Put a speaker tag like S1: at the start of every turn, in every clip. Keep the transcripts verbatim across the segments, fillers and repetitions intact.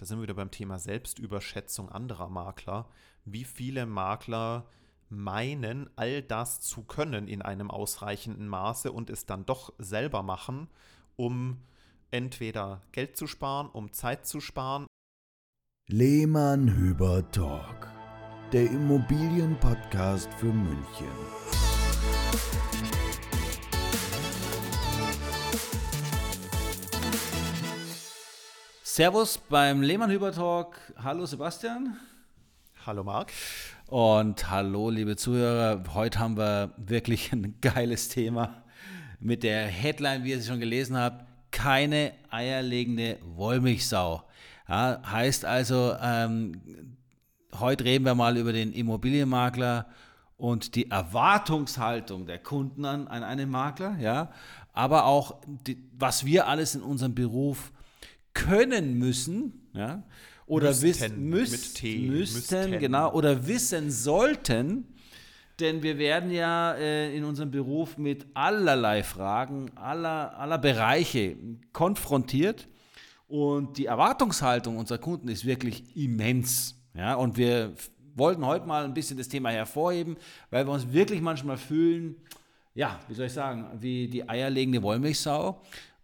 S1: da sind wir wieder beim Thema Selbstüberschätzung anderer Makler. Wie viele Makler meinen, all das zu können in einem ausreichenden Maße und es dann doch selber machen, um entweder Geld zu sparen, um Zeit zu sparen.
S2: Lehmann Hüber Talk, der Immobilienpodcast für München.
S3: Servus beim Lehmann Hüber Talk. Hallo Sebastian.
S1: Hallo Marc.
S3: Und hallo liebe Zuhörer. Heute haben wir wirklich ein geiles Thema mit der Headline, wie ihr sie schon gelesen habt: keine eierlegende Wollmilchsau. Ja, heißt also, ähm, heute reden wir mal über den Immobilienmakler und die Erwartungshaltung der Kunden an, an einen Makler, ja, aber auch die, was wir alles in unserem Beruf können müssen, ja, oder
S1: müssten,
S3: wissen müsst,
S1: mit T,
S3: müssten,
S1: müssten,
S3: genau, oder wissen sollten, denn wir werden ja äh, in unserem Beruf mit allerlei Fragen aller, aller Bereiche konfrontiert und die Erwartungshaltung unserer Kunden ist wirklich immens, ja, und wir wollten heute mal ein bisschen das Thema hervorheben, weil wir uns wirklich manchmal fühlen, ja, wie soll ich sagen, wie die eierlegende Wollmilchsau,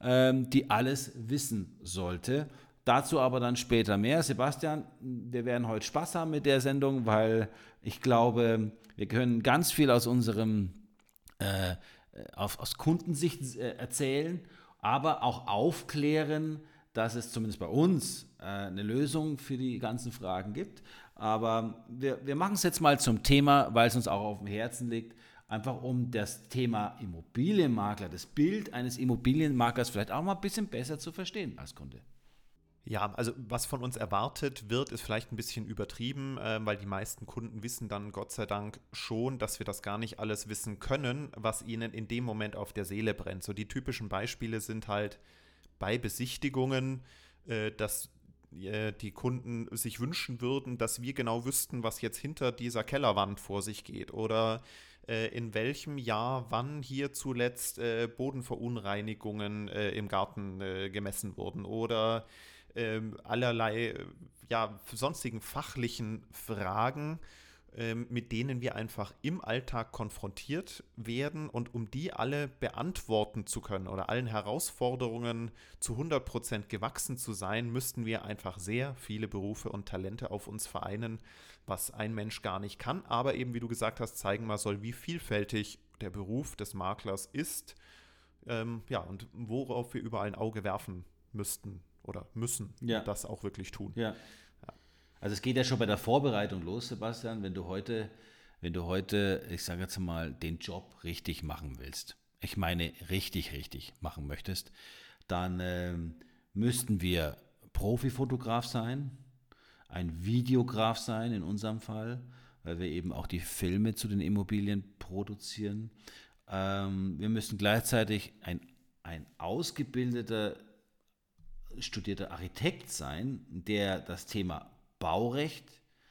S3: die alles wissen sollte. Dazu aber dann später mehr. Sebastian, wir werden heute Spaß haben mit der Sendung, weil ich glaube, wir können ganz viel aus unserem äh, auf, aus Kundensicht äh, erzählen, aber auch aufklären, dass es zumindest bei uns äh, eine Lösung für die ganzen Fragen gibt. Aber wir, wir machen es jetzt mal zum Thema, weil es uns auch auf dem Herzen liegt, einfach um das Thema Immobilienmakler, das Bild eines Immobilienmaklers vielleicht auch mal ein bisschen besser zu verstehen als Kunde.
S1: Ja, also was von uns erwartet wird, ist vielleicht ein bisschen übertrieben, äh, weil die meisten Kunden wissen dann Gott sei Dank schon, dass wir das gar nicht alles wissen können, was ihnen in dem Moment auf der Seele brennt. So die typischen Beispiele sind halt bei Besichtigungen, äh, dass äh, die Kunden sich wünschen würden, dass wir genau wüssten, was jetzt hinter dieser Kellerwand vor sich geht, oder in welchem Jahr wann hier zuletzt äh, Bodenverunreinigungen äh, im Garten äh, gemessen wurden, oder äh, allerlei äh, ja, sonstigen fachlichen Fragen, äh, mit denen wir einfach im Alltag konfrontiert werden, und um die alle beantworten zu können oder allen Herausforderungen zu hundert Prozent gewachsen zu sein, müssten wir einfach sehr viele Berufe und Talente auf uns vereinen, was ein Mensch gar nicht kann, aber eben, wie du gesagt hast, zeigen mal soll, wie vielfältig der Beruf des Maklers ist, ähm, ja, und worauf wir überall ein Auge werfen müssten oder müssen,
S3: ja.
S1: Und das auch wirklich tun.
S3: Ja. Ja. Also es geht ja schon bei der Vorbereitung los, Sebastian, wenn du heute, wenn du heute, ich sage jetzt mal, den Job richtig machen willst, ich meine richtig, richtig machen möchtest, dann ähm, müssten wir Profifotograf sein, ein Videograf sein in unserem Fall, weil wir eben auch die Filme zu den Immobilien produzieren. Ähm, wir müssen gleichzeitig ein, ein ausgebildeter, studierter Architekt sein, der das Thema Baurecht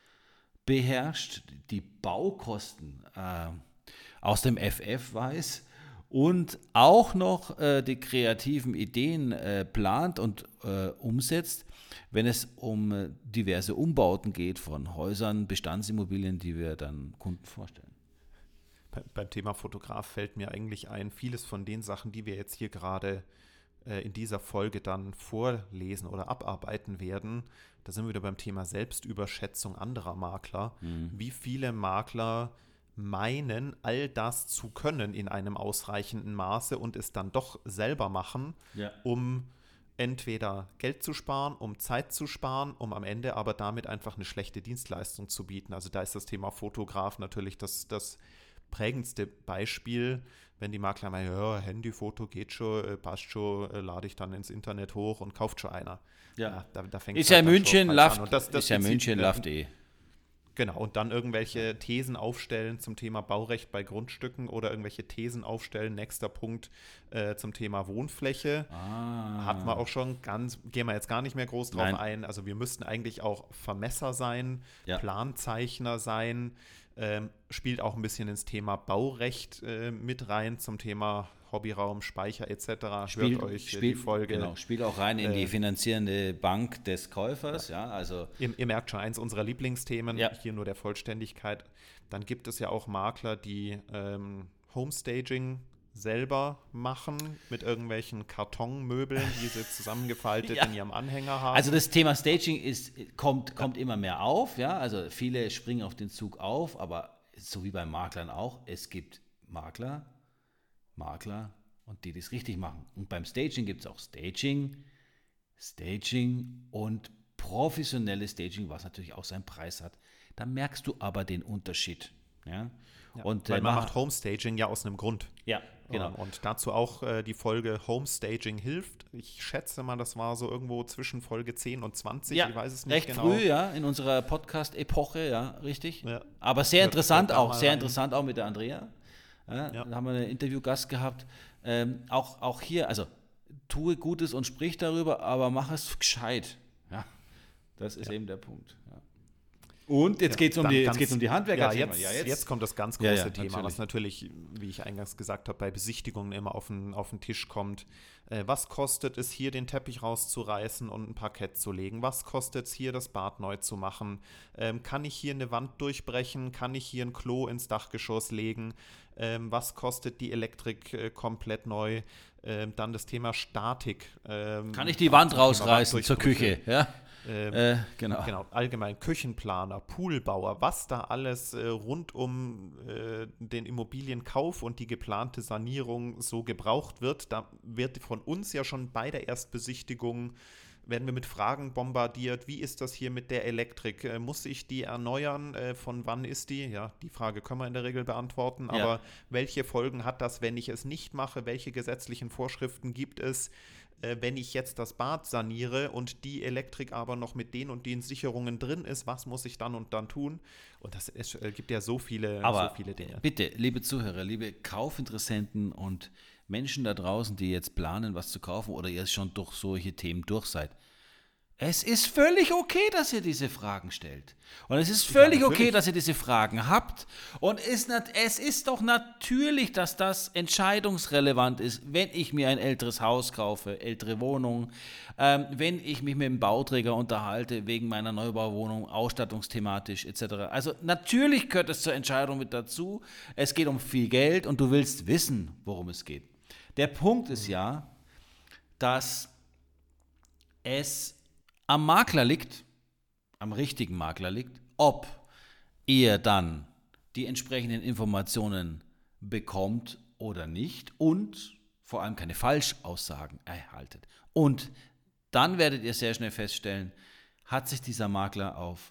S3: beherrscht, die Baukosten äh, aus dem F F weiß und auch noch äh, die kreativen Ideen äh, plant und äh, umsetzt, wenn es um äh, diverse Umbauten geht von Häusern, Bestandsimmobilien, die wir dann Kunden vorstellen.
S1: Be- beim Thema Fotograf fällt mir eigentlich ein, vieles von den Sachen, die wir jetzt hier gerade äh, in dieser Folge dann vorlesen oder abarbeiten werden, da sind wir wieder beim Thema Selbstüberschätzung anderer Makler. Mhm. Wie viele Makler meinen, all das zu können in einem ausreichenden Maße und es dann doch selber machen,
S3: ja.
S1: um entweder Geld zu sparen, um Zeit zu sparen, um am Ende aber damit einfach eine schlechte Dienstleistung zu bieten. Also da ist das Thema Fotograf natürlich das, das prägendste Beispiel, wenn die Makler meinen, ja, Handyfoto geht schon, passt schon, lade ich dann ins Internet hoch und kauft schon einer.
S3: Ja.
S1: Ja, da, da fängt
S3: ist ja
S1: halt
S3: München, Laft,
S1: und das, das
S3: ist ja
S1: bezieht,
S3: München,
S1: äh,
S3: Laft.de.
S1: Genau, und dann irgendwelche Thesen aufstellen zum Thema Baurecht bei Grundstücken oder irgendwelche Thesen aufstellen. Nächster Punkt äh, zum Thema Wohnfläche.
S3: Ah.
S1: Hatten wir auch schon, ganz, gehen wir jetzt gar nicht mehr groß drauf
S3: Nein.
S1: ein. Also wir müssten eigentlich auch Vermesser sein,
S3: ja.
S1: Planzeichner sein. Ähm, spielt auch ein bisschen ins Thema Baurecht äh, mit rein, zum Thema Hobbyraum, Speicher et cetera.
S3: Spielt,
S1: Hört euch
S3: spielt,
S1: die Folge.
S3: Genau, spielt auch rein in
S1: äh,
S3: die finanzierende Bank des Käufers. Ja. Ja, also
S1: ihr, ihr merkt schon, eins unserer Lieblingsthemen,
S3: ja.
S1: hier nur der Vollständigkeit. Dann gibt es ja auch Makler, die ähm, Homestaging selber machen mit irgendwelchen Kartonmöbeln, die sie zusammengefaltet ja. in ihrem Anhänger haben.
S3: Also das Thema Staging ist, kommt, kommt ja. immer mehr auf, ja. Also viele springen auf den Zug auf, aber so wie bei Maklern auch, es gibt Makler, Makler und die, die es richtig machen. Und beim Staging gibt es auch Staging, Staging und professionelles Staging, was natürlich auch seinen Preis hat. Da merkst du aber den Unterschied. Ja?
S1: Ja,
S3: und,
S1: weil
S3: äh,
S1: man macht Homestaging ja aus einem Grund.
S3: Ja, genau.
S1: Um, und dazu auch äh, die Folge Homestaging hilft. Ich schätze mal, das war so irgendwo zwischen Folge zehn und zwanzig,
S3: ja,
S1: ich weiß es nicht
S3: recht
S1: genau.
S3: früh, ja, in unserer Podcast-Epoche, ja, richtig.
S1: Ja.
S3: Aber sehr
S1: Hört-
S3: interessant
S1: hört da
S3: auch,
S1: mal
S3: sehr
S1: rein.
S3: interessant auch mit der Andrea. Ja,
S1: Ja.
S3: Da haben wir einen Interviewgast gehabt. Ähm, auch, auch hier, also tue Gutes und sprich darüber, aber mach es gescheit. Ja, das ist
S1: Ja.
S3: eben der Punkt. Ja. Und jetzt
S1: Ja,
S3: geht es um,
S1: dann
S3: die- jetzt
S1: ganz-
S3: geht's um die Handwerker.
S1: Ja, jetzt,
S3: ja,
S1: jetzt, kommt das ganz
S3: Ja,
S1: große
S3: ja,
S1: Thema,
S3: natürlich.
S1: was natürlich, wie ich eingangs gesagt habe, bei Besichtigungen immer auf den, auf den Tisch kommt. Äh, was kostet es hier, den Teppich rauszureißen und ein Parkett zu legen? Was kostet es hier, das Bad neu zu machen? Ähm, kann ich hier eine Wand durchbrechen? Kann ich hier ein Klo ins Dachgeschoss legen? Ähm, was kostet die Elektrik äh, komplett neu? Ähm, dann das Thema Statik. Ähm,
S3: Kann ich die Wand
S1: zum Thema
S3: rausreißen zur
S1: Wanddurchbrüche.
S3: Küche? Ja,
S1: Ähm,
S3: äh, genau.
S1: Genau, allgemein Küchenplaner, Poolbauer, was da alles äh, rund um äh, den Immobilienkauf und die geplante Sanierung so gebraucht wird. Da wird von uns ja schon bei der Erstbesichtigung, werden wir mit Fragen bombardiert. Wie ist das hier mit der Elektrik? Äh, muss ich die erneuern? Äh, von wann ist die? Ja, die Frage können wir in der Regel beantworten.
S3: Ja.
S1: Aber welche Folgen hat das, wenn ich es nicht mache? Welche gesetzlichen Vorschriften gibt es? Wenn ich jetzt das Bad saniere und die Elektrik aber noch mit den und den Sicherungen drin ist, was muss ich dann und dann tun? Und das es gibt ja so viele,
S3: Aber
S1: so viele Dinge.
S3: bitte, liebe Zuhörer, liebe Kaufinteressenten und Menschen da draußen, die jetzt planen, was zu kaufen oder ihr schon durch solche Themen durch seid, es ist völlig okay, dass ihr diese Fragen stellt. Und es ist völlig
S1: Ja,
S3: okay, dass ihr diese Fragen habt. Und es, nat- es ist doch natürlich, dass das entscheidungsrelevant ist, wenn ich mir ein älteres Haus kaufe, ältere Wohnung, ähm, wenn ich mich mit dem Bauträger unterhalte wegen meiner Neubauwohnung, ausstattungsthematisch et cetera. Also natürlich gehört es zur Entscheidung mit dazu. Es geht um viel Geld und du willst wissen, worum es geht. Der Punkt ist ja, dass es am Makler liegt, am richtigen Makler liegt, ob ihr dann die entsprechenden Informationen bekommt oder nicht und vor allem keine Falschaussagen erhaltet. Und dann werdet ihr sehr schnell feststellen, hat sich dieser Makler auf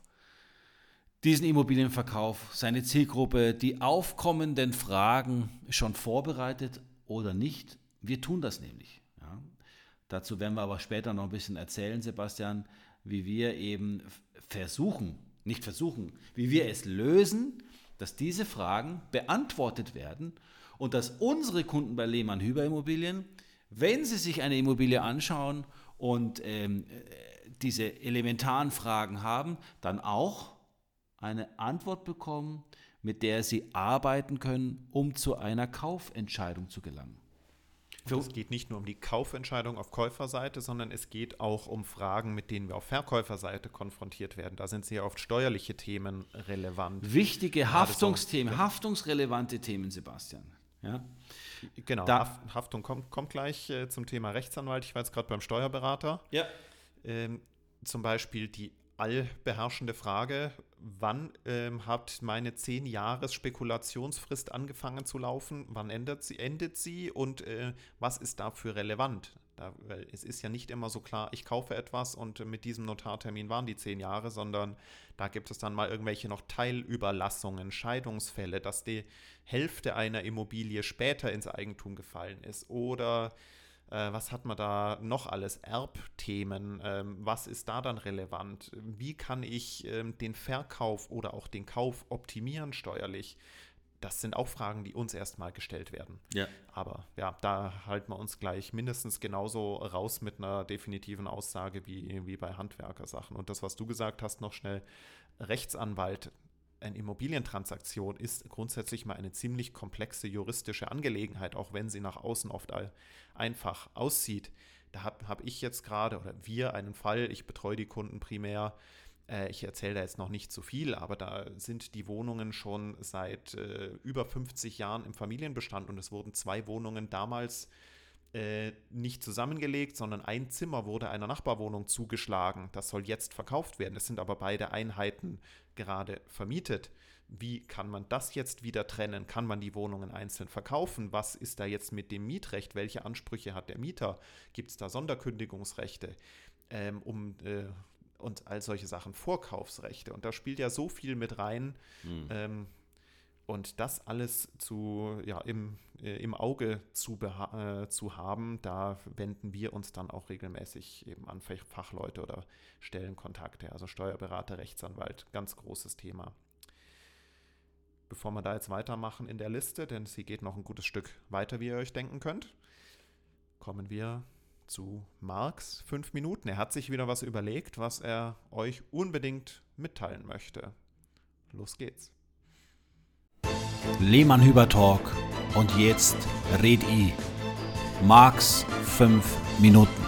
S3: diesen Immobilienverkauf, seine Zielgruppe, die aufkommenden Fragen schon vorbereitet oder nicht. Wir tun das nämlich. Ja. Dazu werden wir aber später noch ein bisschen erzählen, Sebastian, wie wir eben versuchen, nicht versuchen, wie wir es lösen, dass diese Fragen beantwortet werden und dass unsere Kunden bei Lehmann Hüber Immobilien, wenn sie sich eine Immobilie anschauen und ähm, diese elementaren Fragen haben, dann auch eine Antwort bekommen, mit der sie arbeiten können, um zu einer Kaufentscheidung zu gelangen.
S1: Und es geht nicht nur um die Kaufentscheidung auf Käuferseite, sondern es geht auch um Fragen, mit denen wir auf Verkäuferseite konfrontiert werden. Da sind sehr oft steuerliche Themen relevant.
S3: Wichtige Haftungsthemen, so, haftungsrelevante Themen, Sebastian. Ja?
S1: Genau,
S3: Da,
S1: Haftung kommt, kommt gleich äh, zum Thema Rechtsanwalt. Ich war jetzt gerade beim Steuerberater.
S3: ja.
S1: Ähm, zum Beispiel die allbeherrschende Frage, wann ähm, hat meine zehn Jahres Spekulationsfrist angefangen zu laufen, wann endet sie, endet sie und äh, was ist dafür relevant? Da, weil es ist ja nicht immer so klar, ich kaufe etwas und äh, mit diesem Notartermin waren die zehn Jahre, sondern da gibt es dann mal irgendwelche noch Teilüberlassungen, Scheidungsfälle, dass die Hälfte einer Immobilie später ins Eigentum gefallen ist oder Äh, was hat man da noch alles? Erbthemen, ähm, was ist da dann relevant? Wie kann ich ähm, den Verkauf oder auch den Kauf optimieren steuerlich? Das sind auch Fragen, die uns erstmal gestellt werden.
S3: Ja.
S1: Aber ja, da halten wir uns gleich mindestens genauso raus mit einer definitiven Aussage wie, wie bei Handwerkersachen. Und das, was du gesagt hast, noch schnell, Rechtsanwalt, eine Immobilientransaktion ist grundsätzlich mal eine ziemlich komplexe juristische Angelegenheit, auch wenn sie nach außen oft einfach aussieht. Da habe hab ich jetzt gerade oder wir einen Fall, ich betreue die Kunden primär, äh, ich erzähle da jetzt noch nicht zu viel, aber da sind die Wohnungen schon seit äh, über fünfzig Jahren im Familienbestand und es wurden zwei Wohnungen damals äh, nicht zusammengelegt, sondern ein Zimmer wurde einer Nachbarwohnung zugeschlagen. Das soll jetzt verkauft werden. Es sind aber beide Einheiten gerade vermietet. Wie kann man das jetzt wieder trennen? Kann man die Wohnungen einzeln verkaufen? Was ist da jetzt mit dem Mietrecht? Welche Ansprüche hat der Mieter? Gibt es da Sonderkündigungsrechte? Ähm, um, äh, und all solche Sachen, Vorkaufsrechte. Und da spielt ja so viel mit rein. Mhm. Ähm, und das alles zu, ja, im, äh, im Auge zu, beha- äh, zu haben, da wenden wir uns dann auch regelmäßig eben an Fachleute oder stellen Kontakte. Also Steuerberater, Rechtsanwalt, ganz großes Thema. Bevor wir da jetzt weitermachen in der Liste, denn sie geht noch ein gutes Stück weiter, wie ihr euch denken könnt, kommen wir zu Marks fünf Minuten. Er hat sich wieder was überlegt, was er euch unbedingt mitteilen möchte. Los geht's.
S3: Lehmann Hüber Talk und jetzt red i. Marks fünf Minuten.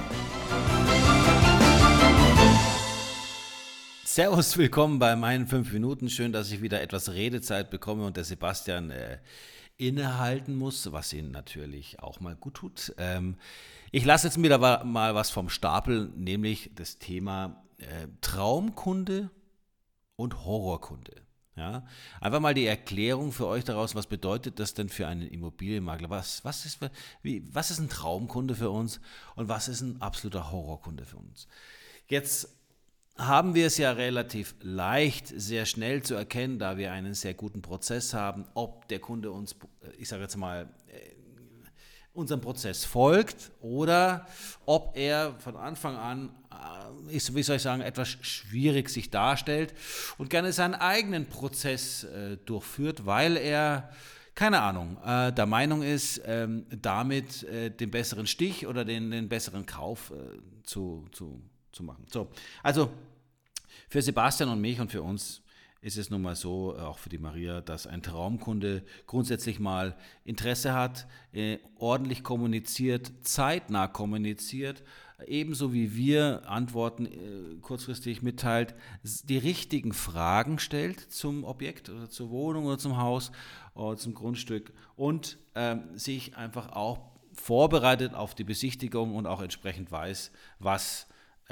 S3: Servus, willkommen bei meinen fünf Minuten. Schön, dass ich wieder etwas Redezeit bekomme und der Sebastian äh, innehalten muss, was ihn natürlich auch mal gut tut. Ähm, ich lasse jetzt wieder mal was vom Stapel, nämlich das Thema äh, Traumkunde und Horrorkunde. Ja? Einfach mal die Erklärung für euch daraus, was bedeutet das denn für einen Immobilienmakler? Was, was, ist, wie, was ist ein Traumkunde für uns und was ist ein absoluter Horrorkunde für uns? Jetzt haben wir es ja relativ leicht, sehr schnell zu erkennen, da wir einen sehr guten Prozess haben, ob der Kunde uns, ich sage jetzt mal, unserem Prozess folgt oder ob er von Anfang an, ist, wie soll ich sagen, etwas schwierig sich darstellt und gerne seinen eigenen Prozess äh, durchführt, weil er, keine Ahnung, äh, der Meinung ist, ähm, damit äh, den besseren Stich oder den, den besseren Kauf äh, zu, zu zu machen. So, also für Sebastian und mich und für uns ist es nun mal so, auch für die Maria, dass ein Traumkunde grundsätzlich mal Interesse hat, äh, ordentlich kommuniziert, zeitnah kommuniziert, ebenso wie wir Antworten äh, kurzfristig mitteilt, die richtigen Fragen stellt zum Objekt oder zur Wohnung oder zum Haus oder zum Grundstück und ähm, sich einfach auch vorbereitet auf die Besichtigung und auch entsprechend weiß, was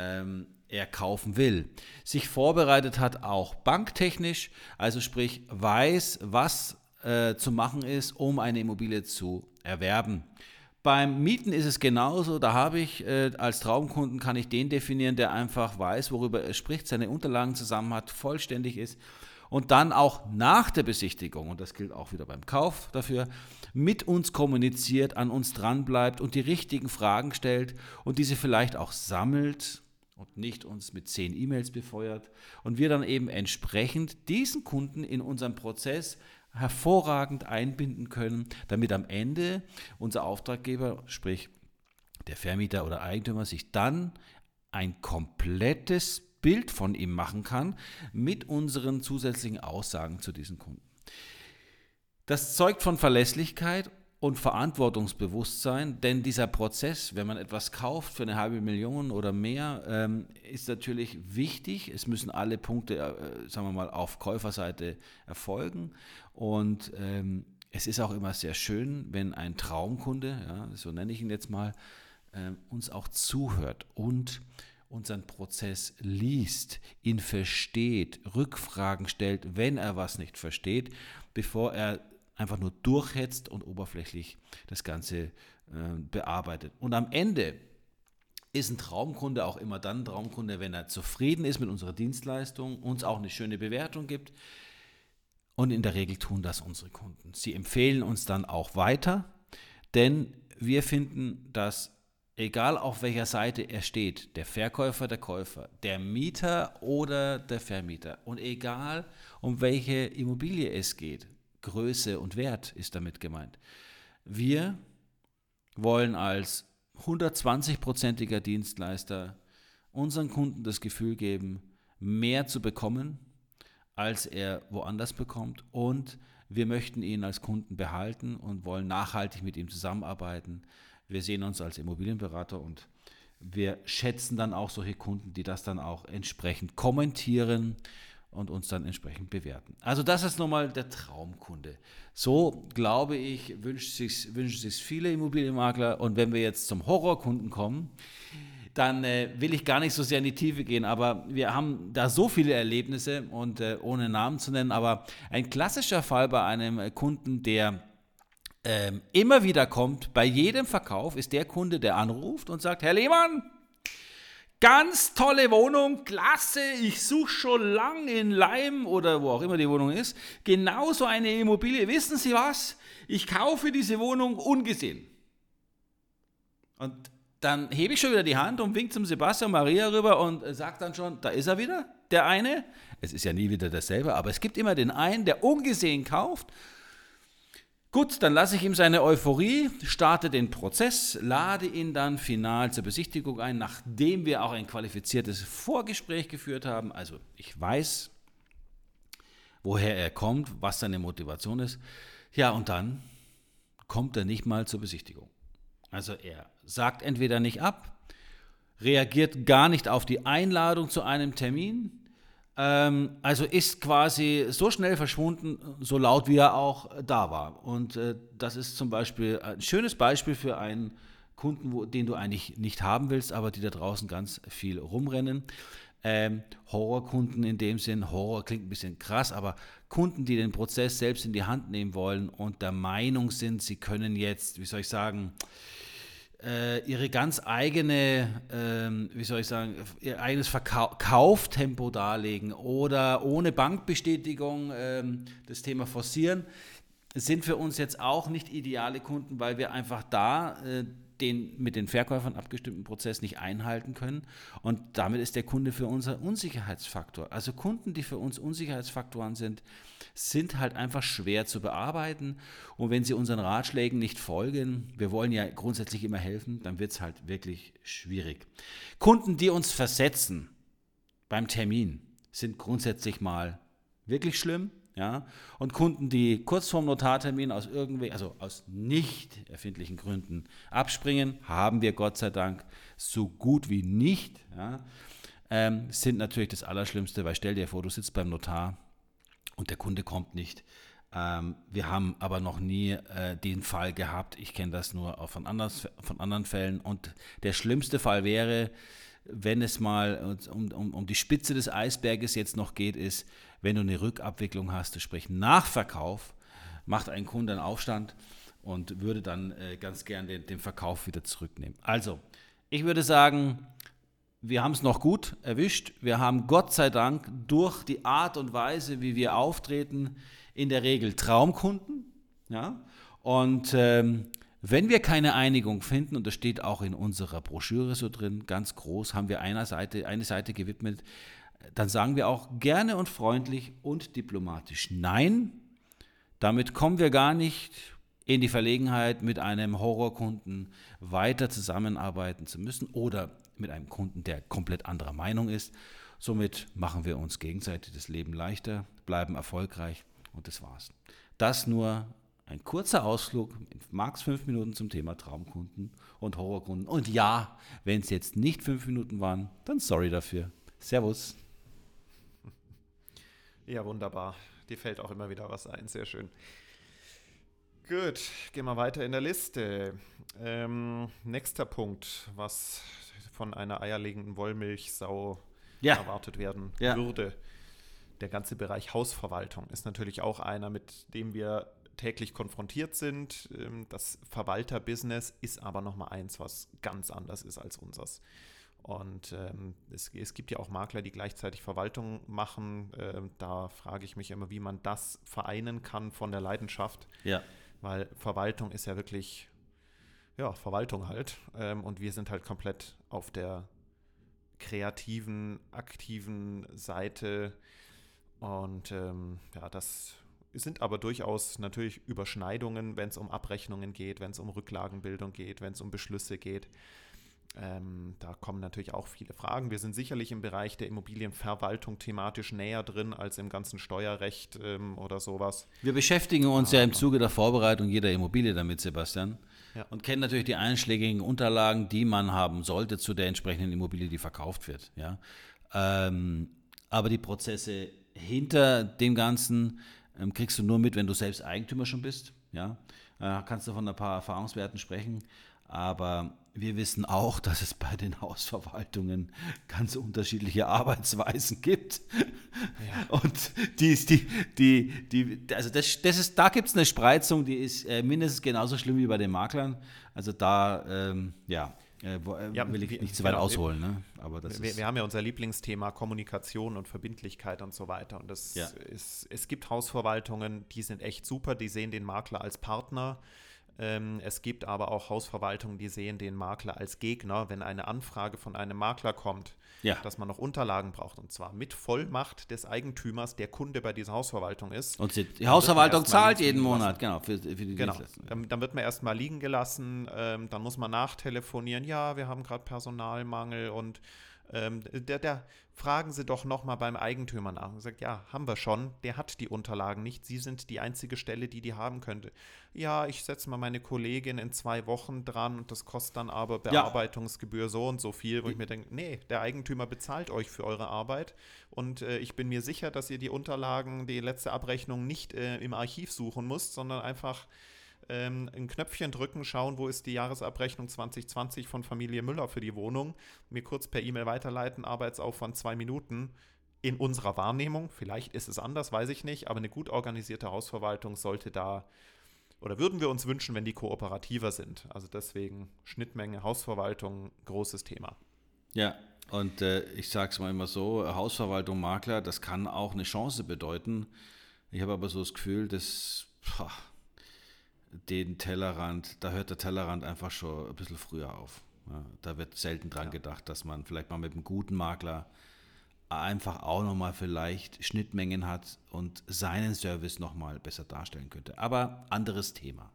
S3: er kaufen will. Sich vorbereitet hat auch banktechnisch, also sprich weiß, was äh, zu machen ist, um eine Immobilie zu erwerben. Beim Mieten ist es genauso, da habe ich äh, als Traumkunden, kann ich den definieren, der einfach weiß, worüber er spricht, seine Unterlagen zusammen hat, vollständig ist und dann auch nach der Besichtigung, und das gilt auch wieder beim Kauf dafür, mit uns kommuniziert, an uns dranbleibt und die richtigen Fragen stellt und diese vielleicht auch sammelt und nicht uns mit zehn E-Mails befeuert und wir dann eben entsprechend diesen Kunden in unserem Prozess hervorragend einbinden können, damit am Ende unser Auftraggeber, sprich der Vermieter oder Eigentümer, sich dann ein komplettes Bild von ihm machen kann mit unseren zusätzlichen Aussagen zu diesen Kunden. Das zeugt von Verlässlichkeit und Verantwortungsbewusstsein, denn dieser Prozess, wenn man etwas kauft für eine halbe Million oder mehr, ähm, ist natürlich wichtig. Es müssen alle Punkte, äh, sagen wir mal, auf Käuferseite erfolgen und ähm, es ist auch immer sehr schön, wenn ein Traumkunde, ja, so nenne ich ihn jetzt mal, äh, uns auch zuhört und unseren Prozess liest, ihn versteht, Rückfragen stellt, wenn er was nicht versteht, bevor er einfach nur durchhetzt und oberflächlich das Ganze äh, bearbeitet. Und am Ende ist ein Traumkunde auch immer dann ein Traumkunde, wenn er zufrieden ist mit unserer Dienstleistung, uns auch eine schöne Bewertung gibt. Und in der Regel tun das unsere Kunden. Sie empfehlen uns dann auch weiter, denn wir finden, dass egal auf welcher Seite er steht, der Verkäufer, der Käufer, der Mieter oder der Vermieter und egal um welche Immobilie es geht, Größe und Wert ist damit gemeint. Wir wollen als hundertzwanzig-prozentiger Dienstleister unseren Kunden das Gefühl geben, mehr zu bekommen, als er woanders bekommt, und wir möchten ihn als Kunden behalten und wollen nachhaltig mit ihm zusammenarbeiten. Wir sehen uns als Immobilienberater und wir schätzen dann auch solche Kunden, die das dann auch entsprechend kommentieren und uns dann entsprechend bewerten. Also das ist nochmal der Traumkunde. So, glaube ich, wünschen sich, wünschen sich viele Immobilienmakler. Und wenn wir jetzt zum Horrorkunden kommen, dann äh, will ich gar nicht so sehr in die Tiefe gehen, aber wir haben da so viele Erlebnisse und äh, ohne Namen zu nennen, aber ein klassischer Fall bei einem äh, Kunden, der ähm, immer wieder kommt, bei jedem Verkauf, ist der Kunde, der anruft und sagt, Herr Lehmann, ganz tolle Wohnung, klasse, ich suche schon lang in Leim oder wo auch immer die Wohnung ist, genauso eine Immobilie, wissen Sie was, ich kaufe diese Wohnung ungesehen. Und dann hebe ich schon wieder die Hand und wink zum Sebastian Maria rüber und sage dann schon, da ist er wieder, der eine. Es ist ja nie wieder dasselbe, aber es gibt immer den einen, der ungesehen kauft. Gut, dann lasse ich ihm seine Euphorie, starte den Prozess, lade ihn dann final zur Besichtigung ein, nachdem wir auch ein qualifiziertes Vorgespräch geführt haben. Also ich weiß, woher er kommt, was seine Motivation ist. Ja, und dann kommt er nicht mal zur Besichtigung. Also er sagt entweder nicht ab, reagiert gar nicht auf die Einladung zu einem Termin, ähm, also ist quasi so schnell verschwunden, so laut wie er auch da war. Und äh, das ist zum Beispiel ein schönes Beispiel für einen Kunden, wo, den du eigentlich nicht haben willst, aber die da draußen ganz viel rumrennen. Ähm, Horrorkunden in dem Sinn, Horror klingt ein bisschen krass, aber Kunden, die den Prozess selbst in die Hand nehmen wollen und der Meinung sind, sie können jetzt, wie soll ich sagen, äh, ihre ganz eigene, ähm, wie soll ich sagen, ihr eigenes Verkau- Kauftempo darlegen oder ohne Bankbestätigung ähm, das Thema forcieren, sind für uns jetzt auch nicht ideale Kunden, weil wir einfach da äh, den mit den Verkäufern abgestimmten Prozess nicht einhalten können, und damit ist der Kunde für uns ein Unsicherheitsfaktor. Also Kunden, die für uns Unsicherheitsfaktoren sind, sind halt einfach schwer zu bearbeiten, und wenn sie unseren Ratschlägen nicht folgen, wir wollen ja grundsätzlich immer helfen, dann wird es halt wirklich schwierig. Kunden, die uns versetzen beim Termin, sind grundsätzlich mal wirklich schlimm. Ja, und Kunden, die kurz vorm Notartermin aus irgendwelchen, also aus nicht erfindlichen Gründen abspringen, haben wir Gott sei Dank so gut wie nicht, ja, ähm, sind natürlich das Allerschlimmste, weil stell dir vor, du sitzt beim Notar und der Kunde kommt nicht. Ähm, wir haben aber noch nie äh, den Fall gehabt, ich kenne das nur auch von, anders, von anderen Fällen, und der schlimmste Fall wäre, wenn es mal um, um, um die Spitze des Eisberges jetzt noch geht, ist, wenn du eine Rückabwicklung hast, sprich Nachverkauf, macht ein Kunde einen Aufstand und würde dann äh, ganz gern den, den Verkauf wieder zurücknehmen. Also, ich würde sagen, wir haben es noch gut erwischt. Wir haben Gott sei Dank durch die Art und Weise, wie wir auftreten, in der Regel Traumkunden. Ja? Und ähm, wenn wir keine Einigung finden, und das steht auch in unserer Broschüre so drin, ganz groß, haben wir einer Seite, eine Seite gewidmet, dann sagen wir auch gerne und freundlich und diplomatisch Nein. Damit kommen wir gar nicht in die Verlegenheit, mit einem Horrorkunden weiter zusammenarbeiten zu müssen oder mit einem Kunden, der komplett anderer Meinung ist. Somit machen wir uns gegenseitig das Leben leichter, bleiben erfolgreich, und das war's. Das nur ein kurzer Ausflug, max fünf Minuten zum Thema Traumkunden und Horrorkunden. Und ja, wenn es jetzt nicht fünf Minuten waren, dann sorry dafür. Servus.
S1: Ja, wunderbar. Dir fällt auch immer wieder was ein. Sehr schön. Gut, gehen wir weiter in der Liste. Ähm, nächster Punkt, was von einer eierlegenden Wollmilchsau
S3: ja.
S1: erwartet werden
S3: ja.
S1: würde. Der ganze Bereich Hausverwaltung ist natürlich auch einer, mit dem wir täglich konfrontiert sind. Das Verwalterbusiness ist aber nochmal eins, was ganz anders ist als unseres. Und ähm, es, es gibt ja auch Makler, die gleichzeitig Verwaltung machen. Ähm, da frage ich mich immer, wie man das vereinen kann von der Leidenschaft.
S3: Ja.
S1: Weil Verwaltung ist ja wirklich, ja, Verwaltung halt. Ähm, und wir sind halt komplett auf der kreativen, aktiven Seite. Und ähm, ja, das sind aber durchaus natürlich Überschneidungen, wenn es um Abrechnungen geht, wenn es um Rücklagenbildung geht, wenn es um Beschlüsse geht. Ähm, da kommen natürlich auch viele Fragen. Wir sind sicherlich im Bereich der Immobilienverwaltung thematisch näher drin als im ganzen Steuerrecht ähm, oder sowas.
S3: Wir beschäftigen uns ja im Zuge der Vorbereitung jeder Immobilie damit, Sebastian, ja. Und kennen natürlich die einschlägigen Unterlagen, die man haben sollte zu der entsprechenden Immobilie, die verkauft wird. Ja? Ähm, aber die Prozesse hinter dem Ganzen ähm, kriegst du nur mit, wenn du selbst Eigentümer schon bist. Ja? Äh, kannst du von ein paar Erfahrungswerten sprechen. Aber wir wissen auch, dass es bei den Hausverwaltungen ganz unterschiedliche Arbeitsweisen gibt. Ja. Und die, die, die, die, also das, das ist, da gibt es eine Spreizung, die ist äh, mindestens genauso schlimm wie bei den Maklern. Also da, ähm, ja, äh, wo, äh, ja, will ich wir, nicht zu weit genau, ausholen. Ne? Aber das
S1: wir,
S3: ist,
S1: wir haben ja unser Lieblingsthema Kommunikation und Verbindlichkeit und so weiter. Und das ja. ist, es gibt Hausverwaltungen, die sind echt super, die sehen den Makler als Partner. Es gibt aber auch Hausverwaltungen, die sehen den Makler als Gegner, wenn eine Anfrage von einem Makler kommt, ja. dass man noch Unterlagen braucht, und zwar mit Vollmacht des Eigentümers, der Kunde bei dieser Hausverwaltung ist.
S3: Und die Hausverwaltung zahlt jeden Monat, genau, für, für die
S1: genau. Dann wird man erstmal liegen gelassen, dann muss man nachtelefonieren, ja, wir haben gerade Personalmangel und Ähm, der, der, fragen Sie doch nochmal beim Eigentümer nach. Und sagt, ja, haben wir schon, der hat die Unterlagen nicht, Sie sind die einzige Stelle, die die haben könnte. Ja, ich setze mal meine Kollegin in zwei Wochen dran und das kostet dann aber Bearbeitungsgebühr ja. so und so viel, wo ich mir denke, nee, der Eigentümer bezahlt euch für eure Arbeit und äh, ich bin mir sicher, dass ihr die Unterlagen, die letzte Abrechnung nicht äh, im Archiv suchen müsst, sondern einfach Ähm, ein Knöpfchen drücken, schauen, wo ist die Jahresabrechnung zwanzig zwanzig von Familie Müller für die Wohnung, mir kurz per E-Mail weiterleiten, Arbeitsaufwand zwei Minuten. In unserer Wahrnehmung, vielleicht ist es anders, weiß ich nicht, aber eine gut organisierte Hausverwaltung sollte da, oder würden wir uns wünschen, wenn die kooperativer sind. Also deswegen Schnittmenge, Hausverwaltung, großes Thema.
S3: Ja, und äh, ich sage es mal immer so, Hausverwaltung, Makler, das kann auch eine Chance bedeuten. Ich habe aber so das Gefühl, dass boah, den Tellerrand, da hört der Tellerrand einfach schon ein bisschen früher auf. Ja, da wird selten dran ja. gedacht, dass man vielleicht mal mit einem guten Makler einfach auch nochmal vielleicht Schnittmengen hat und seinen Service nochmal besser darstellen könnte. Aber anderes Thema.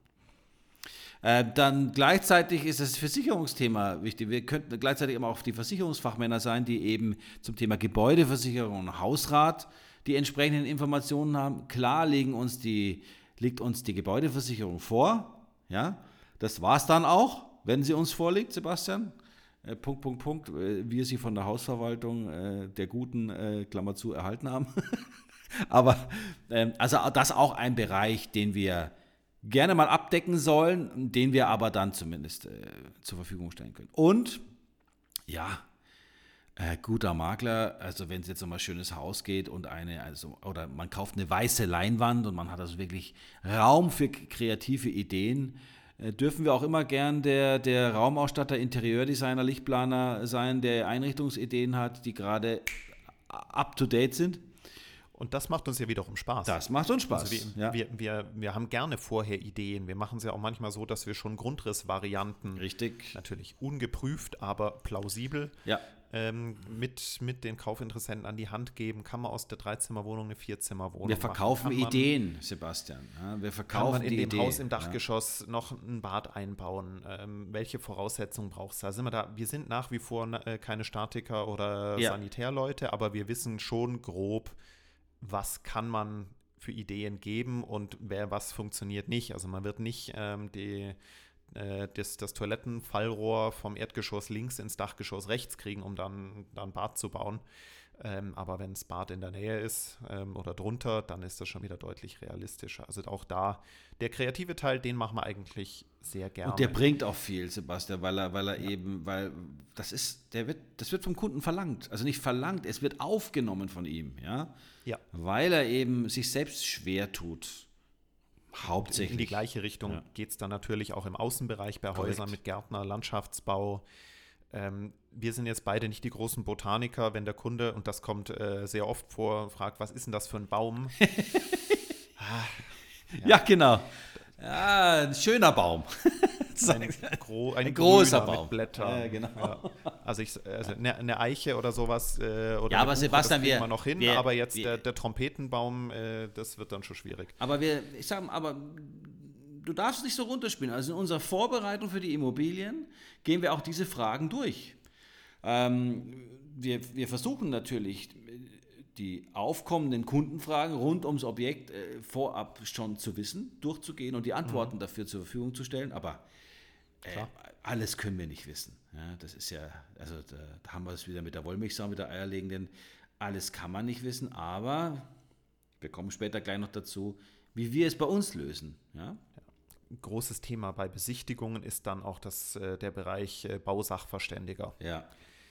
S3: Äh, dann gleichzeitig ist das Versicherungsthema wichtig. Wir könnten gleichzeitig immer auch die Versicherungsfachmänner sein, die eben zum Thema Gebäudeversicherung und Hausrat die entsprechenden Informationen haben. Klar legen uns die liegt uns die Gebäudeversicherung vor, ja, das war es dann auch, wenn sie uns vorliegt, Sebastian, äh, Punkt, Punkt, Punkt, äh, wir sie von der Hausverwaltung äh, der guten, äh, Klammer zu, erhalten haben, aber äh, also das auch ein Bereich, den wir gerne mal abdecken sollen, den wir aber dann zumindest äh, zur Verfügung stellen können. Und, ja, Äh, guter Makler, also wenn es jetzt um ein schönes Haus geht und eine, also, oder man kauft eine weiße Leinwand und man hat also wirklich Raum für kreative Ideen, äh, dürfen wir auch immer gern der, der Raumausstatter, Interieurdesigner, Lichtplaner sein, der Einrichtungsideen hat, die gerade up to date sind.
S1: Und das macht uns ja wiederum Spaß.
S3: Das macht uns Spaß.
S1: Also wir,
S3: ja.
S1: wir, wir, wir haben gerne vorher Ideen. Wir machen es ja auch manchmal so, dass wir schon Grundrissvarianten,
S3: richtig,
S1: natürlich ungeprüft, aber plausibel,
S3: ja.
S1: ähm, mit, mit den Kaufinteressenten an die Hand geben. Kann man aus der Dreizimmerwohnung eine Vierzimmerwohnung
S3: Wir verkaufen
S1: machen?
S3: Ideen, Sebastian. Ja, wir verkaufen
S1: kann man in
S3: die
S1: dem
S3: Idee.
S1: Haus im Dachgeschoss ja. noch ein Bad einbauen? Ähm, welche Voraussetzungen brauchst du? Da sind wir da. Wir sind nach wie vor äh, keine Statiker oder ja. Sanitärleute, aber wir wissen schon grob, was kann man für Ideen geben und wer was funktioniert nicht. Also man wird nicht ähm, die, äh, das, das Toilettenfallrohr vom Erdgeschoss links ins Dachgeschoss rechts kriegen, um dann, dann Bad zu bauen. Ähm, aber wenn das Bad in der Nähe ist ähm, oder drunter, dann ist das schon wieder deutlich realistischer. Also auch da, der kreative Teil, den machen wir eigentlich sehr gerne.
S3: Und der bringt auch viel, Sebastian, weil er, weil er ja. eben, weil das ist, der wird, das wird vom Kunden verlangt. Also nicht verlangt, es wird aufgenommen von ihm, ja.
S1: Ja.
S3: Weil er eben sich selbst schwer tut. Hauptsächlich.
S1: In die gleiche Richtung ja. geht es dann natürlich auch im Außenbereich bei Korrekt. Häusern mit Gärtner, Landschaftsbau. Ähm, wir sind jetzt beide nicht die großen Botaniker, wenn der Kunde, und das kommt äh, sehr oft vor, fragt, was ist denn das für ein Baum?
S3: ah, ja. ja, genau. Ja, ein schöner Baum.
S1: ein, gro- ein,
S3: ein großer
S1: Baum
S3: mit
S1: Blättern.
S3: Ja, genau.
S1: Ja. Also, ich, also eine, eine Eiche oder sowas. Äh, oder
S3: ja, aber Sebastian,
S1: das kriegen
S3: wir
S1: wir noch hin.
S3: Wir,
S1: aber jetzt
S3: wir,
S1: der, der Trompetenbaum, äh, das wird dann schon schwierig.
S3: Aber wir, ich sag mal, aber du darfst es nicht so runterspielen. Also in unserer Vorbereitung für die Immobilien gehen wir auch diese Fragen durch. Ähm, wir, wir versuchen natürlich, die aufkommenden Kundenfragen rund ums Objekt äh, vorab schon zu wissen, durchzugehen und die Antworten mhm. dafür zur Verfügung zu stellen, aber äh, alles können wir nicht wissen. Ja, das ist ja, also da, da haben wir es wieder mit der Wollmilchsau, mit der eierlegenden, alles kann man nicht wissen, aber wir kommen später gleich noch dazu, wie wir es bei uns lösen. Ja?
S1: Ein großes Thema bei Besichtigungen ist dann auch das, äh, der Bereich äh, Bausachverständiger.
S3: Ja.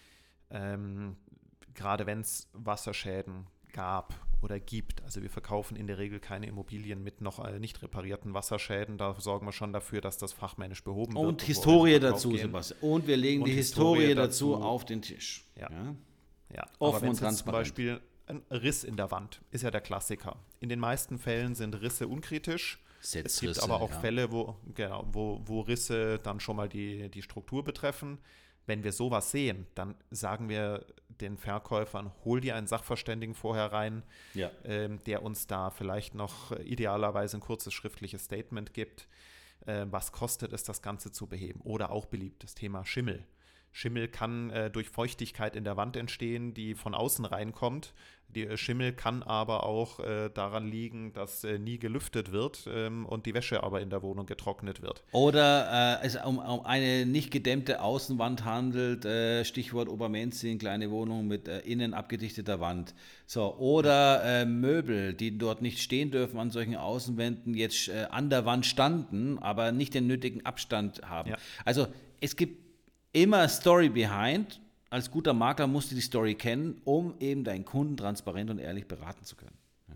S1: Ähm, gerade wenn es Wasserschäden gab oder gibt, also wir verkaufen in der Regel keine Immobilien mit noch äh, nicht reparierten Wasserschäden, da sorgen wir schon dafür, dass das fachmännisch behoben wird.
S3: Und Historie dazu, Sebastian. Und wir legen und die Historie, Historie dazu auf den Tisch.
S1: Ja,
S3: ja.
S1: ja. Offen und transparent. Zum Beispiel ein Riss in der Wand ist ja der Klassiker. In den meisten Fällen sind Risse unkritisch. Es gibt aber auch ja. Fälle, wo, genau, wo, wo Risse dann schon mal die, die Struktur betreffen. Wenn wir sowas sehen, dann sagen wir den Verkäufern, hol dir einen Sachverständigen vorher rein,
S3: ja.
S1: ähm, der uns da vielleicht noch idealerweise ein kurzes schriftliches Statement gibt. Äh, was kostet es, das Ganze zu beheben? Oder auch beliebtes Thema Schimmel. Schimmel kann äh, durch Feuchtigkeit in der Wand entstehen, die von außen reinkommt. Die äh, Schimmel kann aber auch äh, daran liegen, dass äh, nie gelüftet wird ähm, und die Wäsche aber in der Wohnung getrocknet wird.
S3: Oder äh, es um, um eine nicht gedämmte Außenwand handelt, äh, Stichwort Obermenzing, kleine Wohnung mit äh, innen abgedichteter Wand. So, oder äh, Möbel, die dort nicht stehen dürfen an solchen Außenwänden, jetzt äh, an der Wand standen, aber nicht den nötigen Abstand haben. Ja. Also es gibt immer Story behind. Als guter Makler musst du die Story kennen, um eben deinen Kunden transparent und ehrlich beraten zu können. Ja.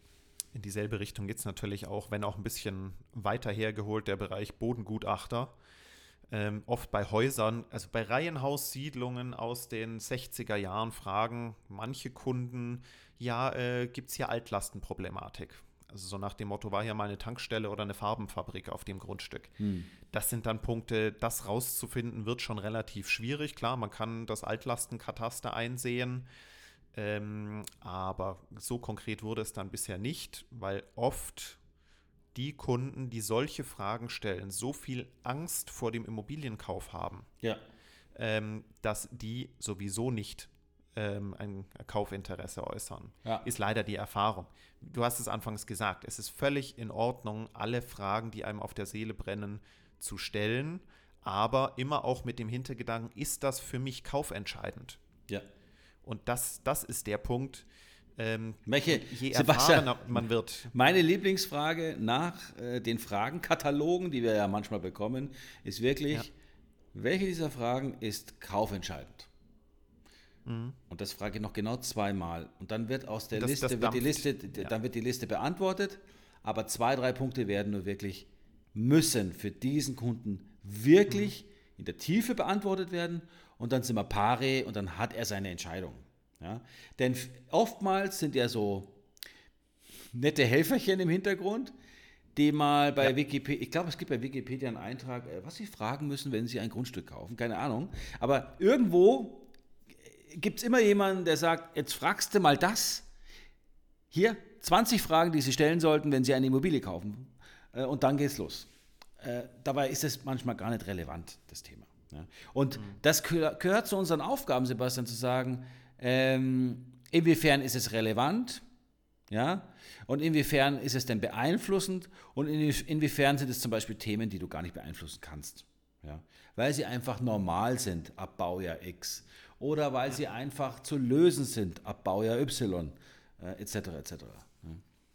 S1: In dieselbe Richtung geht es natürlich auch, wenn auch ein bisschen weiter hergeholt, der Bereich Bodengutachter. Ähm, oft bei Häusern, also bei Reihenhaussiedlungen aus den sechziger Jahren fragen manche Kunden, ja, äh, gibt es hier Altlastenproblematik? Also so nach dem Motto, war hier mal eine Tankstelle oder eine Farbenfabrik auf dem Grundstück. Hm. Das sind dann Punkte, das rauszufinden, wird schon relativ schwierig. Klar, man kann das Altlastenkataster einsehen, ähm, aber so konkret wurde es dann bisher nicht, weil oft die Kunden, die solche Fragen stellen, so viel Angst vor dem Immobilienkauf haben,
S3: ja.
S1: ähm, dass die sowieso nicht ähm, ein Kaufinteresse äußern.
S3: Ja.
S1: Ist leider die Erfahrung. Du hast es anfangs gesagt, es ist völlig in Ordnung, alle Fragen, die einem auf der Seele brennen, zu stellen, aber immer auch mit dem Hintergedanken, ist das für mich kaufentscheidend?
S3: Ja.
S1: Und das, das ist der Punkt, ähm,
S3: Welche,
S1: je
S3: Sebastian,
S1: erfahrener man wird.
S3: Meine Lieblingsfrage nach äh, den Fragenkatalogen, die wir ja manchmal bekommen, ist wirklich, ja. welche dieser Fragen ist kaufentscheidend? Mhm. Und das frage ich noch genau zweimal. Und dann wird aus der
S1: das,
S3: Liste,
S1: das
S3: wird die Liste
S1: ja.
S3: dann wird die Liste beantwortet, aber zwei, drei Punkte werden nur wirklich müssen für diesen Kunden wirklich mhm. in der Tiefe beantwortet werden und dann sind wir pari und dann hat er seine Entscheidung. Ja? Denn oftmals sind ja so nette Helferchen im Hintergrund, die mal bei ja. Wikipedia, ich glaube, es gibt bei Wikipedia einen Eintrag, was Sie fragen müssen, wenn Sie ein Grundstück kaufen, keine Ahnung, aber irgendwo gibt es immer jemanden, der sagt, jetzt fragst du mal das, hier, zwanzig Fragen, die Sie stellen sollten, wenn Sie eine Immobilie kaufen. Und dann geht's los. Äh, dabei ist es manchmal gar nicht relevant, das Thema. Ja. Und mhm. das gehör, gehört zu unseren Aufgaben, Sebastian, zu sagen, ähm, inwiefern ist es relevant, ja, und inwiefern ist es denn beeinflussend und in, inwiefern sind es zum Beispiel Themen, die du gar nicht beeinflussen kannst, ja, weil sie einfach normal sind ab Baujahr X oder weil sie einfach zu lösen sind ab Baujahr Y, äh, et cetera et cetera. Ja.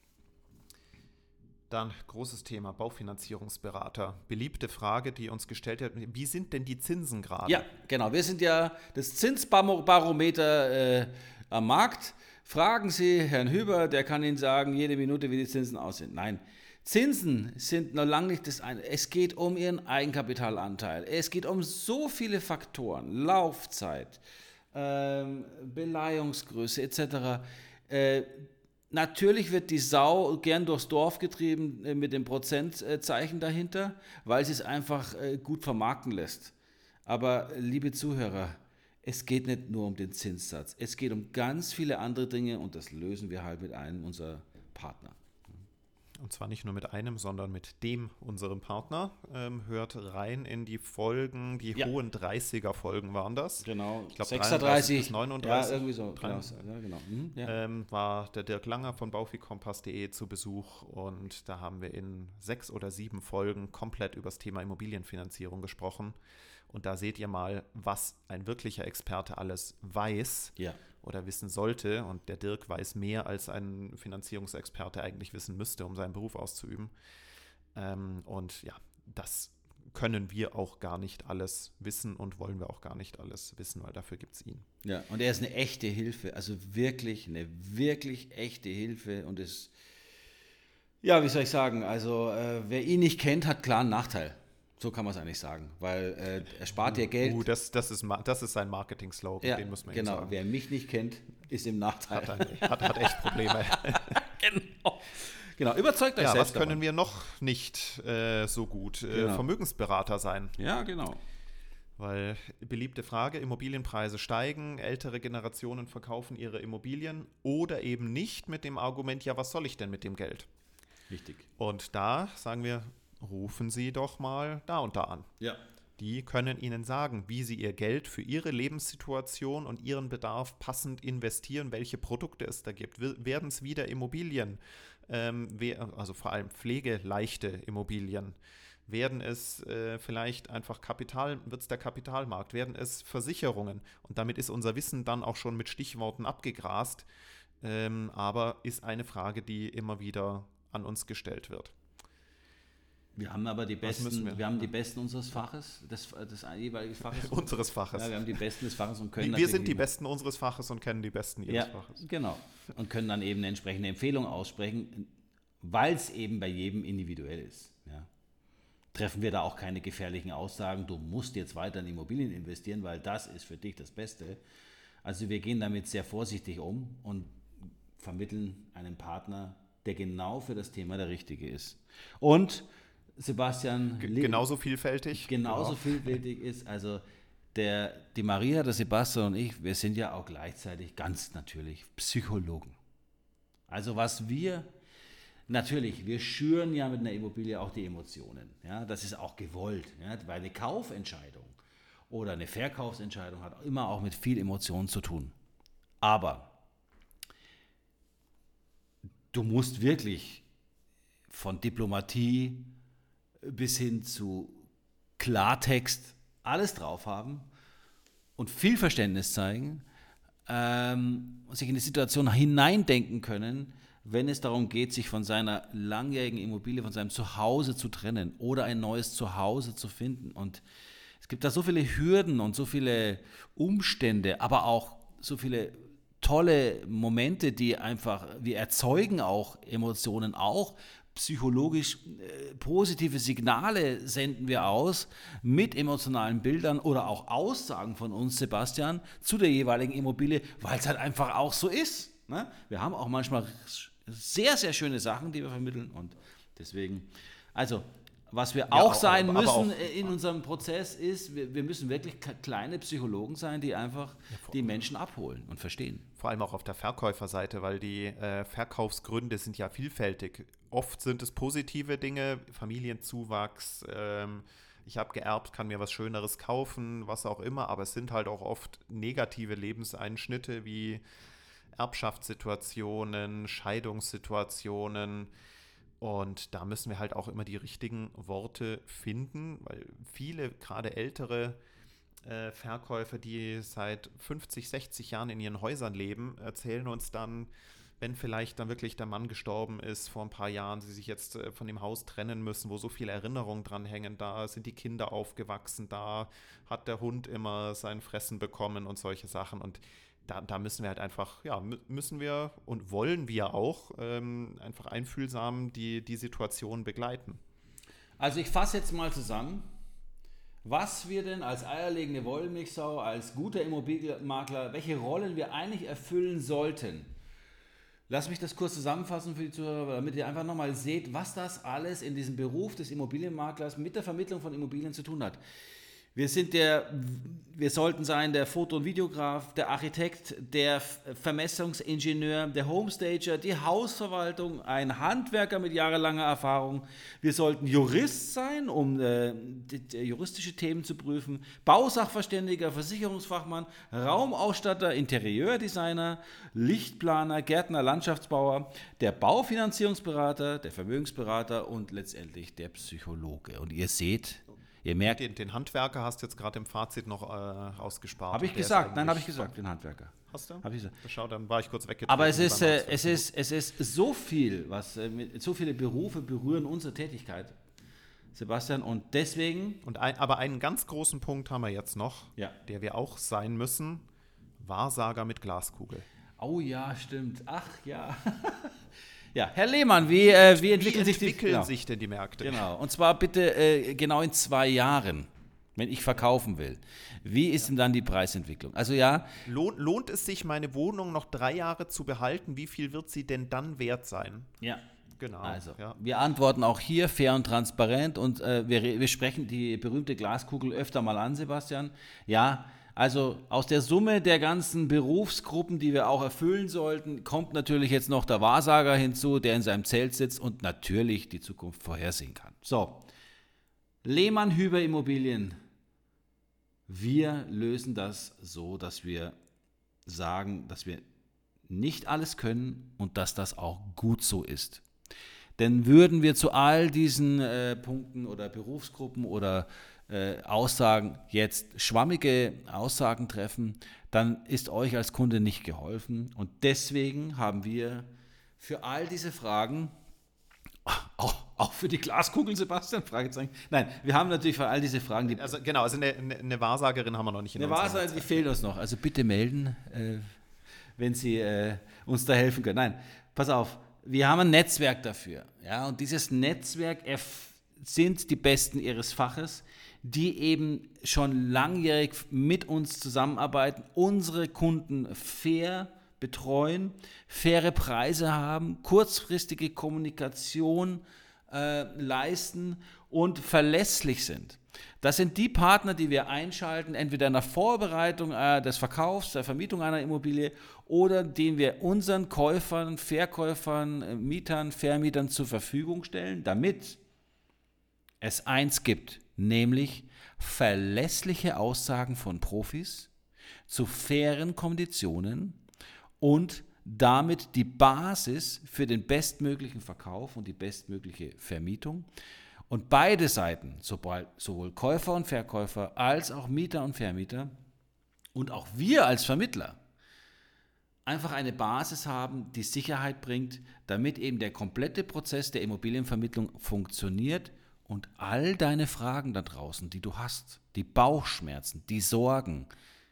S1: Dann großes Thema, Baufinanzierungsberater. Beliebte Frage, die uns gestellt wird, wie sind denn die Zinsen gerade?
S3: Ja, genau. Wir sind ja das Zinsbarometer äh, am Markt. Fragen Sie Herrn Hüber, der kann Ihnen sagen, jede Minute, wie die Zinsen aussehen. Nein, Zinsen sind noch lange nicht das eine. Es geht um Ihren Eigenkapitalanteil. Es geht um so viele Faktoren, Laufzeit, ähm, Beleihungsgröße et cetera. Äh, Natürlich wird die Sau gern durchs Dorf getrieben äh, mit dem Prozentzeichen dahinter, weil sie es einfach äh, gut vermarkten lässt. Aber liebe Zuhörer, es geht nicht nur um den Zinssatz. Es geht um ganz viele andere Dinge und das lösen wir halt mit einem unserer Partner.
S1: Und zwar nicht nur mit einem, sondern mit dem, unserem Partner. Ähm, hört rein in die Folgen, die
S3: Ja.
S1: hohen dreißiger-Folgen waren das.
S3: Genau,
S1: Ich glaube
S3: sechsunddreißig
S1: bis neununddreißig.
S3: Ja, irgendwie so. Genau,
S1: dreißig.
S3: ja, genau. Mhm, ja.
S1: Ähm, war der Dirk Langer von baufi-kompass punkt de zu Besuch und da haben wir in sechs oder sieben Folgen komplett über das Thema Immobilienfinanzierung gesprochen. Und da seht ihr mal, was ein wirklicher Experte alles weiß.
S3: Ja.
S1: Oder wissen sollte. Und der Dirk weiß mehr, als ein Finanzierungsexperte eigentlich wissen müsste, um seinen Beruf auszuüben. Ähm, und ja, das können wir auch gar nicht alles wissen und wollen wir auch gar nicht alles wissen, weil dafür gibt es ihn.
S3: Ja, und er ist eine echte Hilfe, also wirklich eine wirklich echte Hilfe und ist, ja, wie soll ich sagen, also äh, wer ihn nicht kennt, hat klar einen Nachteil. So kann man es eigentlich sagen, weil äh, er spart dir Geld.
S1: Uh, das, das, ist, das ist sein Marketing-Slogan,
S3: Ja,
S1: den muss man
S3: genau.
S1: ihm sagen.
S3: Wer mich nicht kennt, ist im Nachteil.
S1: Hat, ein, hat, hat echt Probleme.
S3: Genau. Genau, überzeugt euch
S1: Ja,
S3: selbst
S1: was können
S3: davon.
S1: wir noch nicht äh, so gut? Äh,
S3: Genau.
S1: Vermögensberater sein.
S3: Ja, genau.
S1: Weil, beliebte Frage, Immobilienpreise steigen, ältere Generationen verkaufen ihre Immobilien oder eben nicht mit dem Argument, ja, was soll ich denn mit dem Geld?
S3: Richtig.
S1: Und da sagen wir, rufen Sie doch mal da und da an.
S3: Ja.
S1: Die können Ihnen sagen, wie Sie Ihr Geld für Ihre Lebenssituation und Ihren Bedarf passend investieren, welche Produkte es da gibt. Werden es wieder Immobilien, ähm, also vor allem pflegeleichte Immobilien? Werden es äh, vielleicht einfach Kapital, wird es der Kapitalmarkt? Werden es Versicherungen? Und damit ist unser Wissen dann auch schon mit Stichworten abgegrast, ähm, aber ist eine Frage, die immer wieder an uns gestellt wird.
S3: Wir haben aber die besten, wir?
S1: wir?
S3: wir haben die Besten unseres Faches, des, des jeweiligen Faches.
S1: Unseres Faches.
S3: Ja, wir haben die Besten des Faches und können
S1: Wir sind
S3: natürlich-
S1: die Besten unseres Faches und kennen die Besten ihres
S3: Ja,
S1: Faches.
S3: genau. Und können dann eben eine entsprechende Empfehlung aussprechen, weil es eben bei jedem individuell ist. Ja. Treffen wir da auch keine gefährlichen Aussagen, du musst jetzt weiter in Immobilien investieren, weil das ist für dich das Beste. Also wir gehen damit sehr vorsichtig um und vermitteln einen Partner, der genau für das Thema der Richtige ist. Und Sebastian,
S1: G- genauso vielfältig.
S3: genauso
S1: Genau.
S3: vielfältig ist, also der, die Maria, der Sebastian und ich, wir sind ja auch gleichzeitig ganz natürlich Psychologen. Also was wir, natürlich, wir schüren ja mit einer Immobilie auch die Emotionen. Ja, das ist auch gewollt, ja, weil eine Kaufentscheidung oder eine Verkaufsentscheidung hat immer auch mit viel Emotionen zu tun. Aber du musst wirklich von Diplomatie bis hin zu Klartext alles drauf haben und viel Verständnis zeigen ähm, und sich in die Situation hineindenken können, wenn es darum geht, sich von seiner langjährigen Immobilie, von seinem Zuhause zu trennen oder ein neues Zuhause zu finden. Und es gibt da so viele Hürden und so viele Umstände, aber auch so viele tolle Momente, die einfach, wir erzeugen auch Emotionen, auch psychologisch äh, positive Signale senden wir aus mit emotionalen Bildern oder auch Aussagen von uns, Sebastian, zu der jeweiligen Immobilie, weil es halt einfach auch so ist. Ne? Wir haben auch manchmal sehr, sehr schöne Sachen, die wir vermitteln und deswegen, also was wir auch
S1: aber-
S3: sein
S1: aber
S3: müssen
S1: auch-
S3: in unserem Prozess ist, wir, wir müssen wirklich k- kleine Psychologen sein, die einfach die Menschen abholen und verstehen.
S1: Vor allem auch auf der Verkäuferseite, weil die äh, Verkaufsgründe sind ja vielfältig. Oft sind es positive Dinge, Familienzuwachs, ähm, ich habe geerbt, kann mir was Schöneres kaufen, was auch immer, aber es sind halt auch oft negative Lebenseinschnitte wie Erbschaftssituationen, Scheidungssituationen. Und da müssen wir halt auch immer die richtigen Worte finden, weil viele, gerade ältere äh, Verkäufer, die seit fünfzig, sechzig Jahren in ihren Häusern leben, erzählen uns dann, wenn vielleicht dann wirklich der Mann gestorben ist vor ein paar Jahren, sie sich jetzt äh, von dem Haus trennen müssen, wo so viele Erinnerungen dran hängen, da sind die Kinder aufgewachsen, da hat der Hund immer sein Fressen bekommen und solche Sachen. Und Da, da müssen wir halt einfach, ja, mü- müssen wir und wollen wir auch ähm, einfach einfühlsam die, die Situation begleiten.
S3: Also ich fasse jetzt mal zusammen, was wir denn als eierlegende Wollmilchsau, als guter Immobilienmakler, welche Rollen wir eigentlich erfüllen sollten. Lass mich das kurz zusammenfassen für die Zuhörer, damit ihr einfach nochmal seht, was das alles in diesem Beruf des Immobilienmaklers mit der Vermittlung von Immobilien zu tun hat. Wir sind der, wir sollten sein der Foto- und Videograf, der Architekt, der Vermessungsingenieur, der Homestager, die Hausverwaltung, ein Handwerker mit jahrelanger Erfahrung. Wir sollten Jurist sein, um äh, die, die juristische Themen zu prüfen, Bausachverständiger, Versicherungsfachmann, Raumausstatter, Interieurdesigner, Lichtplaner, Gärtner, Landschaftsbauer, der Baufinanzierungsberater, der Vermögensberater und letztendlich der Psychologe. Und ihr seht, ihr merkt,
S1: Den, den Handwerker hast du jetzt gerade im Fazit noch äh, ausgespart.
S3: habe ich
S1: Der ist
S3: gesagt, nein,
S1: eigentlich-
S3: habe ich gesagt, den Handwerker.
S1: Hast du?
S3: Hab ich gesagt.
S1: Schau, dann war ich kurz weggetreten.
S3: Aber es ist,
S1: beim
S3: äh,
S1: Ausführen.
S3: es ist, es ist so viel, was, äh, mit, so viele Berufe berühren unsere Tätigkeit, Sebastian, und deswegen,
S1: Und ein, aber einen ganz großen Punkt haben wir jetzt noch,
S3: ja.
S1: der wir auch sein müssen. Wahrsager mit Glaskugel.
S3: Oh ja, stimmt, ach ja. Ja, Herr Lehmann, wie, äh, wie entwickeln
S1: Wie
S3: sich die
S1: entwickeln
S3: genau.
S1: sich denn die Märkte?
S3: Genau, und zwar bitte äh, genau in zwei Jahren, wenn ich verkaufen will. Wie ist denn dann die Preisentwicklung? Also ja,
S1: Lohnt, lohnt es sich, meine Wohnung noch drei Jahre zu behalten? Wie viel wird sie denn dann wert sein?
S3: ja.
S1: Genau.
S3: Also,
S1: ja.
S3: wir antworten auch hier fair und transparent und äh, wir, re- wir sprechen die berühmte Glaskugel öfter mal an, Sebastian. Ja, also aus der Summe der ganzen Berufsgruppen, die wir auch erfüllen sollten, kommt natürlich jetzt noch der Wahrsager hinzu, der in seinem Zelt sitzt und natürlich die Zukunft vorhersehen kann. So, Lehmann Hüber Immobilien. Wir lösen das so, dass wir sagen, dass wir nicht alles können und dass das auch gut so ist. Denn würden wir zu all diesen äh, Punkten oder Berufsgruppen oder äh, Aussagen jetzt schwammige Aussagen treffen, dann ist euch als Kunde nicht geholfen. Und deswegen haben wir für all diese Fragen, auch, auch für die Glaskugel, Sebastian, Fragezeichen. Nein, wir haben natürlich für all diese Fragen, die
S1: Also genau, also eine, eine, eine Wahrsagerin haben wir noch nicht in
S3: eine
S1: unserem
S3: Wahrheit, die
S1: Netzwerk.
S3: fehlt uns noch. Also bitte melden, äh, wenn Sie äh, uns da helfen können. Nein, pass auf, wir haben ein Netzwerk dafür. Ja, und dieses Netzwerk erf- sind die Besten ihres Faches, die eben schon langjährig mit uns zusammenarbeiten, unsere Kunden fair betreuen, faire Preise haben, kurzfristige Kommunikation äh, leisten und verlässlich sind. Das sind die Partner, die wir einschalten, entweder in der Vorbereitung äh, des Verkaufs, der Vermietung einer Immobilie oder den wir unseren Käufern, Verkäufern, äh, Mietern, Vermietern zur Verfügung stellen, damit es eins gibt, nämlich verlässliche Aussagen von Profis zu fairen Konditionen und damit die Basis für den bestmöglichen Verkauf und die bestmögliche Vermietung. Und beide Seiten, sowohl Käufer und Verkäufer als auch Mieter und Vermieter und auch wir als Vermittler, einfach eine Basis haben, die Sicherheit bringt, damit eben der komplette Prozess der Immobilienvermittlung funktioniert und all deine Fragen da draußen, die du hast, die Bauchschmerzen, die Sorgen,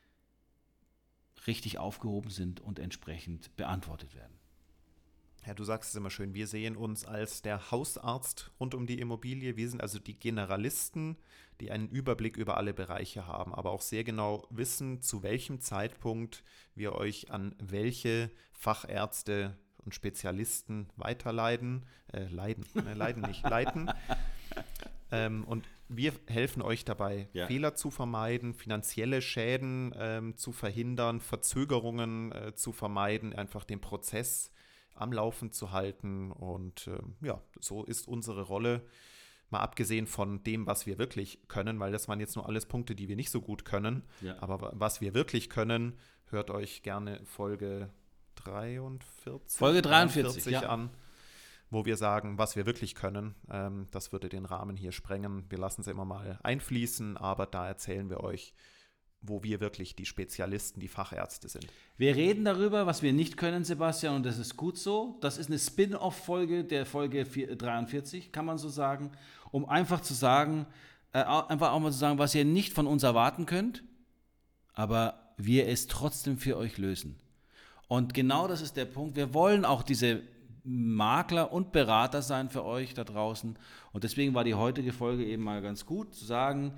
S3: richtig aufgehoben sind und entsprechend beantwortet werden.
S1: Ja, du sagst es immer schön, wir sehen uns als der Hausarzt rund um die Immobilie. Wir sind also die Generalisten, die einen Überblick über alle Bereiche haben, aber auch sehr genau wissen, zu welchem Zeitpunkt wir euch an welche Fachärzte und Spezialisten weiterleiten, äh, leiden, äh, leiden nicht, leiten. Ähm, und wir helfen euch dabei,
S3: Ja.
S1: Fehler zu vermeiden, finanzielle Schäden ähm, zu verhindern, Verzögerungen äh, zu vermeiden, einfach den Prozess am Laufen zu halten. Und ähm, ja, so ist unsere Rolle, mal abgesehen von dem, was wir wirklich können, weil das waren jetzt nur alles Punkte, die wir nicht so gut können.
S3: Ja.
S1: Aber wa- was wir wirklich können, hört euch gerne Folge dreiundvierzig,
S3: Folge dreiundvierzig, ja.
S1: an, wo wir sagen, was wir wirklich können. Ähm, das würde den Rahmen hier sprengen. Wir lassen es immer mal einfließen, aber da erzählen wir euch, wo wir wirklich die Spezialisten, die Fachärzte sind.
S3: Wir reden darüber, was wir nicht können, Sebastian, und das ist gut so. Das ist eine Spin-off-Folge der Folge dreiundvierzig, kann man so sagen, um einfach zu sagen, äh, einfach auch mal zu sagen, was ihr nicht von uns erwarten könnt, aber wir es trotzdem für euch lösen. Und genau das ist der Punkt. Wir wollen auch diese Makler und Berater sein für euch da draußen. Und deswegen war die heutige Folge eben mal ganz gut, zu sagen,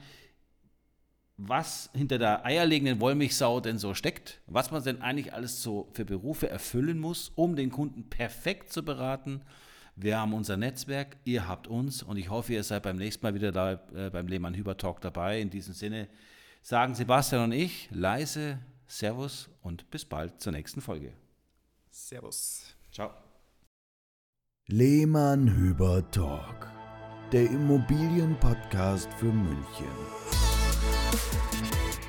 S3: was hinter der eierlegenden Wollmilchsau denn so steckt, was man denn eigentlich alles so für Berufe erfüllen muss, um den Kunden perfekt zu beraten, Wir haben unser Netzwerk, ihr habt uns und ich hoffe, ihr seid beim nächsten Mal wieder da äh, beim Lehmann-Hüber-Talk dabei. In diesem Sinne sagen Sebastian und ich leise Servus und bis bald zur nächsten Folge.
S1: Servus.
S3: Ciao.
S2: Lehmann-Hüber-Talk, der Immobilien-Podcast für München.